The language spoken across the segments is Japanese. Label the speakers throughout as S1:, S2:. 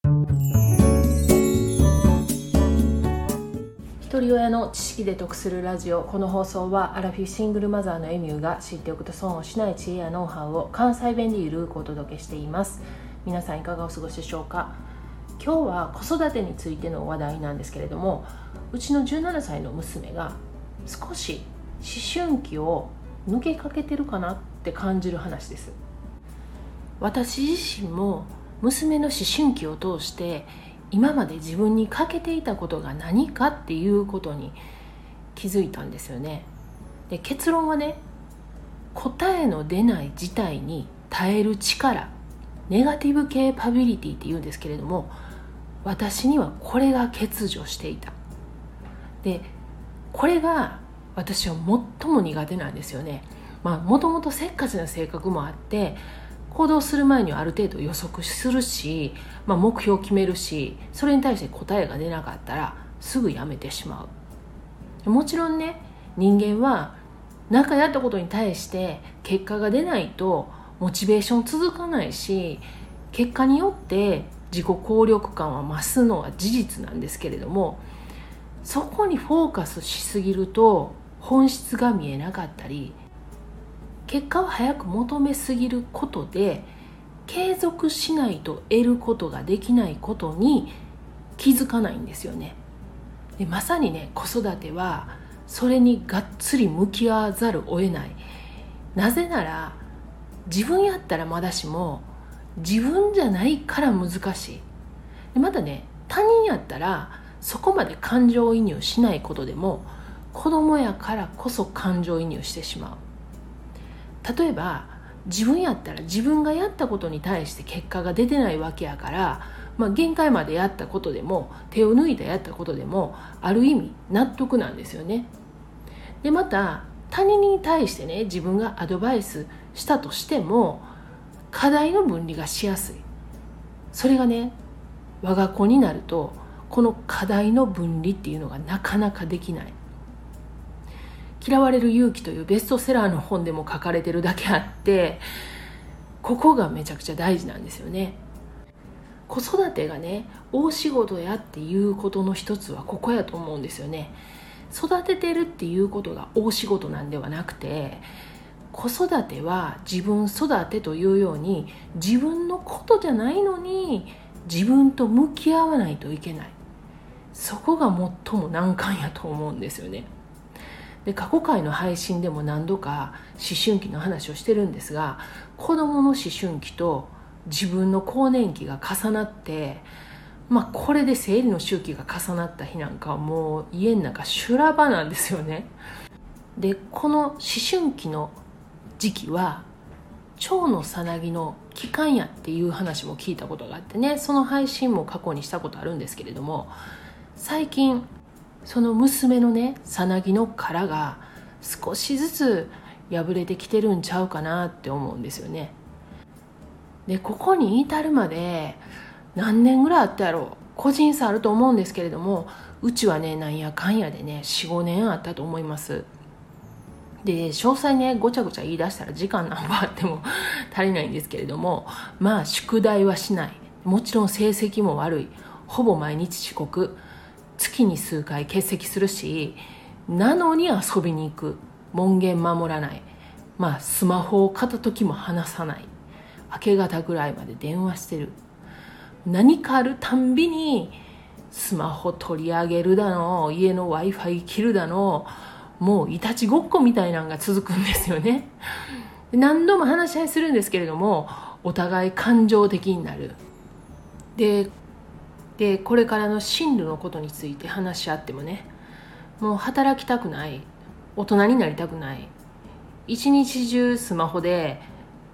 S1: 一人親の知識で得するラジオ。この放送はアラフィフシングルマザーのエミューが知っておくと損をしない知恵やノウハウを関西弁でゆるくお届けしています。皆さんいかがお過ごしでしょうか。今日は子育てについての話題なんですけれども、うちの17歳の娘が少し思春期を抜けかけてるかなって感じる話です。私自身も娘の思春期を通して今まで自分に欠けていたことが何かっていうことに気づいたんですよね。で、結論はね、答えの出ない事態に耐える力、ネガティブケーパビリティっていうんですけれども、私にはこれが欠如していた。で、これが私は最も苦手なんですよね。もともとせっかちな性格もあって、行動する前にはある程度予測するし、目標を決めるし、それに対して答えが出なかったらすぐやめてしまう。もちろんね、人間は何かやったことに対して結果が出ないとモチベーション続かないし、結果によって自己効力感は増すのは事実なんですけれども、そこにフォーカスしすぎると本質が見えなかったり、結果を早く求めすぎることで継続しないと得ることができないことに気づかないんですよね。で、まさにね、子育てはそれにがっつり向き合わざるを得ない。なぜなら自分やったらまだしも自分じゃないから難しい。で、またね、他人やったらそこまで感情移入しないことでも子供やからこそ感情移入してしまう。例えば自分やったら自分がやったことに対して結果が出てないわけやから、限界までやったことでも手を抜いたやったことでもある意味納得なんですよね。で、また他人に対してね、自分がアドバイスしたとしても課題の分離がしやすい。それがね、我が子になるとこの課題の分離っていうのがなかなかできない。嫌われる勇気というベストセラーの本でも書かれてるだけあって、ここがめちゃくちゃ大事なんですよね。子育てがね、大仕事やっていうことの一つはここやと思うんですよね。育ててるっていうことが大仕事なんではなくて、子育ては自分育てというように自分のことじゃないのに自分と向き合わないといけない。そこが最も難関やと思うんですよね。で、過去回の配信でも何度か思春期の話をしてるんですが、子どもの思春期と自分の更年期が重なって、これで生理の周期が重なった日なんかはもう家の中修羅場なんですよね。で、この思春期の時期は腸のさなぎの期間やっていう話も聞いたことがあってね、その配信も過去にしたことあるんですけれども、最近その娘のね、さなぎの殻が少しずつ破れてきてるんちゃうかなって思うんですよね。で、ここに至るまで何年ぐらいあったやろう、個人差あると思うんですけれども、うちはね、なんやかんやでね 4,5 年あったと思います。で、詳細ね、ごちゃごちゃ言い出したら時間何本あっても足りないんですけれども、宿題はしない、もちろん成績も悪い、ほぼ毎日遅刻、月に数回欠席するし、なのに遊びに行く、門限守らない、スマホを片時も離さない、明け方ぐらいまで電話してる、何かあるたんびにスマホ取り上げるだの、家の Wi-Fi 切るだの、もういたちごっこみたいなのが続くんですよね。何度も話し合いするんですけれども、お互い感情的になる。で、これからの進路のことについて話し合ってもね、もう働きたくない、大人になりたくない、一日中スマホで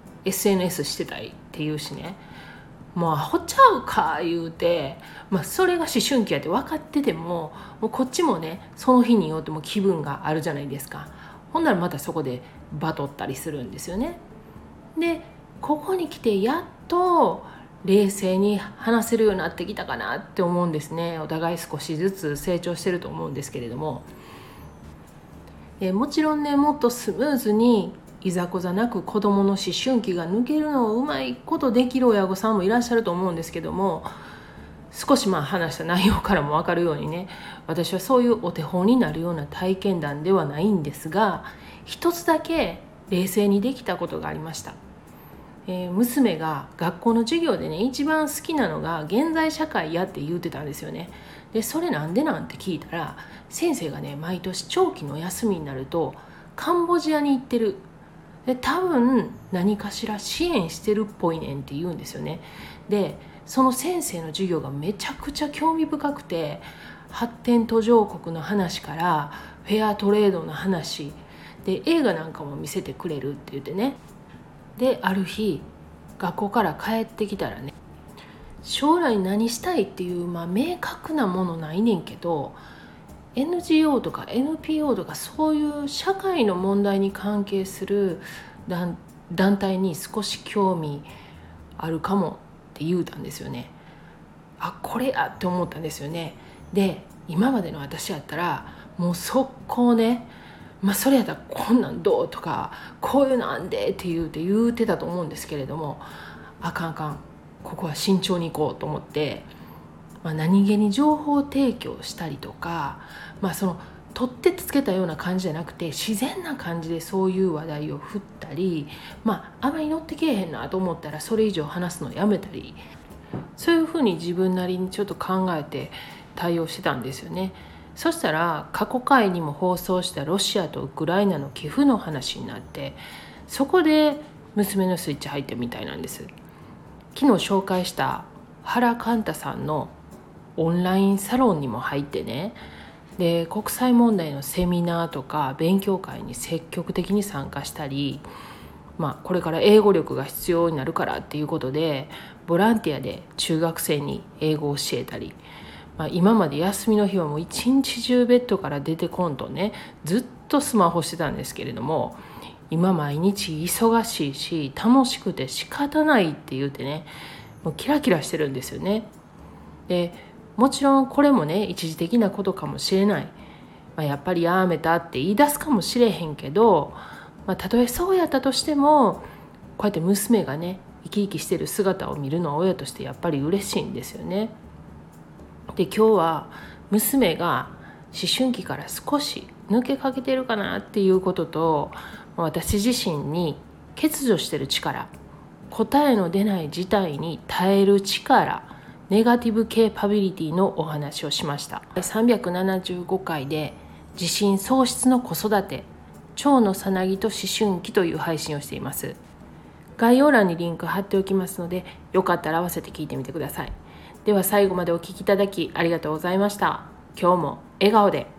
S1: SNS してたいっていうしね、もうアホちゃうか言うて、それが思春期やって分かってても、もうこっちもね、その日によっても気分があるじゃないですか。ほんならまたそこでバトったりするんですよね。で、ここに来てやっと冷静に話せるようになってきたかなって思うんですね。お互い少しずつ成長してると思うんですけれども、もちろんね、もっとスムーズにいざこざなく子どもの思春期が抜けるのをうまいことできる親御さんもいらっしゃると思うんですけども、 少し話した内容からも分かるようにね、私はそういうお手本になるような体験談ではないんですが、一つだけ冷静にできたことがありました。娘が学校の授業でね、一番好きなのが現在社会やって言うてたんですよね。でそれなんでなんて聞いたら、先生がね毎年長期の休みになるとカンボジアに行ってる、で多分何かしら支援してるっぽいねんって言うんですよね。でその先生の授業がめちゃくちゃ興味深くて、発展途上国の話からフェアトレードの話で、映画なんかも見せてくれるって言ってね。である日学校から帰ってきたらね、将来何したいっていう、明確なものないねんけど、 NGO とか NPO とかそういう社会の問題に関係する団体に少し興味あるかもって言うたんですよね。これやって思ったんですよね。で今までの私やったらもう速攻ね、それやったらこんなんどうとか、こういうのあんでって言うてたと思うんですけれども、あかんあかん、ここは慎重に行こうと思って、何気に情報提供したりとか、その取ってつけたような感じじゃなくて、自然な感じでそういう話題を振ったり、あまり乗ってけえへんなと思ったらそれ以上話すのやめたり、そういうふうに自分なりにちょっと考えて対応してたんですよね。そしたら過去回にも放送したロシアとウクライナの寄付の話になって、そこで娘のスイッチ入ってるみたいなんです。昨日紹介した原寛太さんのオンラインサロンにも入ってね、で国際問題のセミナーとか勉強会に積極的に参加したり、これから英語力が必要になるからっていうことでボランティアで中学生に英語を教えたり、今まで休みの日はもう一日中ベッドから出てこんとね、ずっとスマホしてたんですけれども、今毎日忙しいし楽しくて仕方ないって言ってね、もうキラキラしてるんですよね。でもちろんこれもね一時的なことかもしれない、やっぱりやめたって言い出すかもしれへんけど、たとえそうやったとしてもこうやって娘がね生き生きしてる姿を見るのは親としてやっぱり嬉しいんですよね。で今日は娘が思春期から少し抜けかけてるかなっていうことと、私自身に欠如してる力、答えの出ない事態に耐える力、ネガティブケーパビリティのお話をしました。375回で自信喪失の子育て、蝶のさなぎと思春期という配信をしています。概要欄にリンク貼っておきますので、よかったら合わせて聞いてみてください。では最後までお聞きいただきありがとうございました。今日も笑顔で。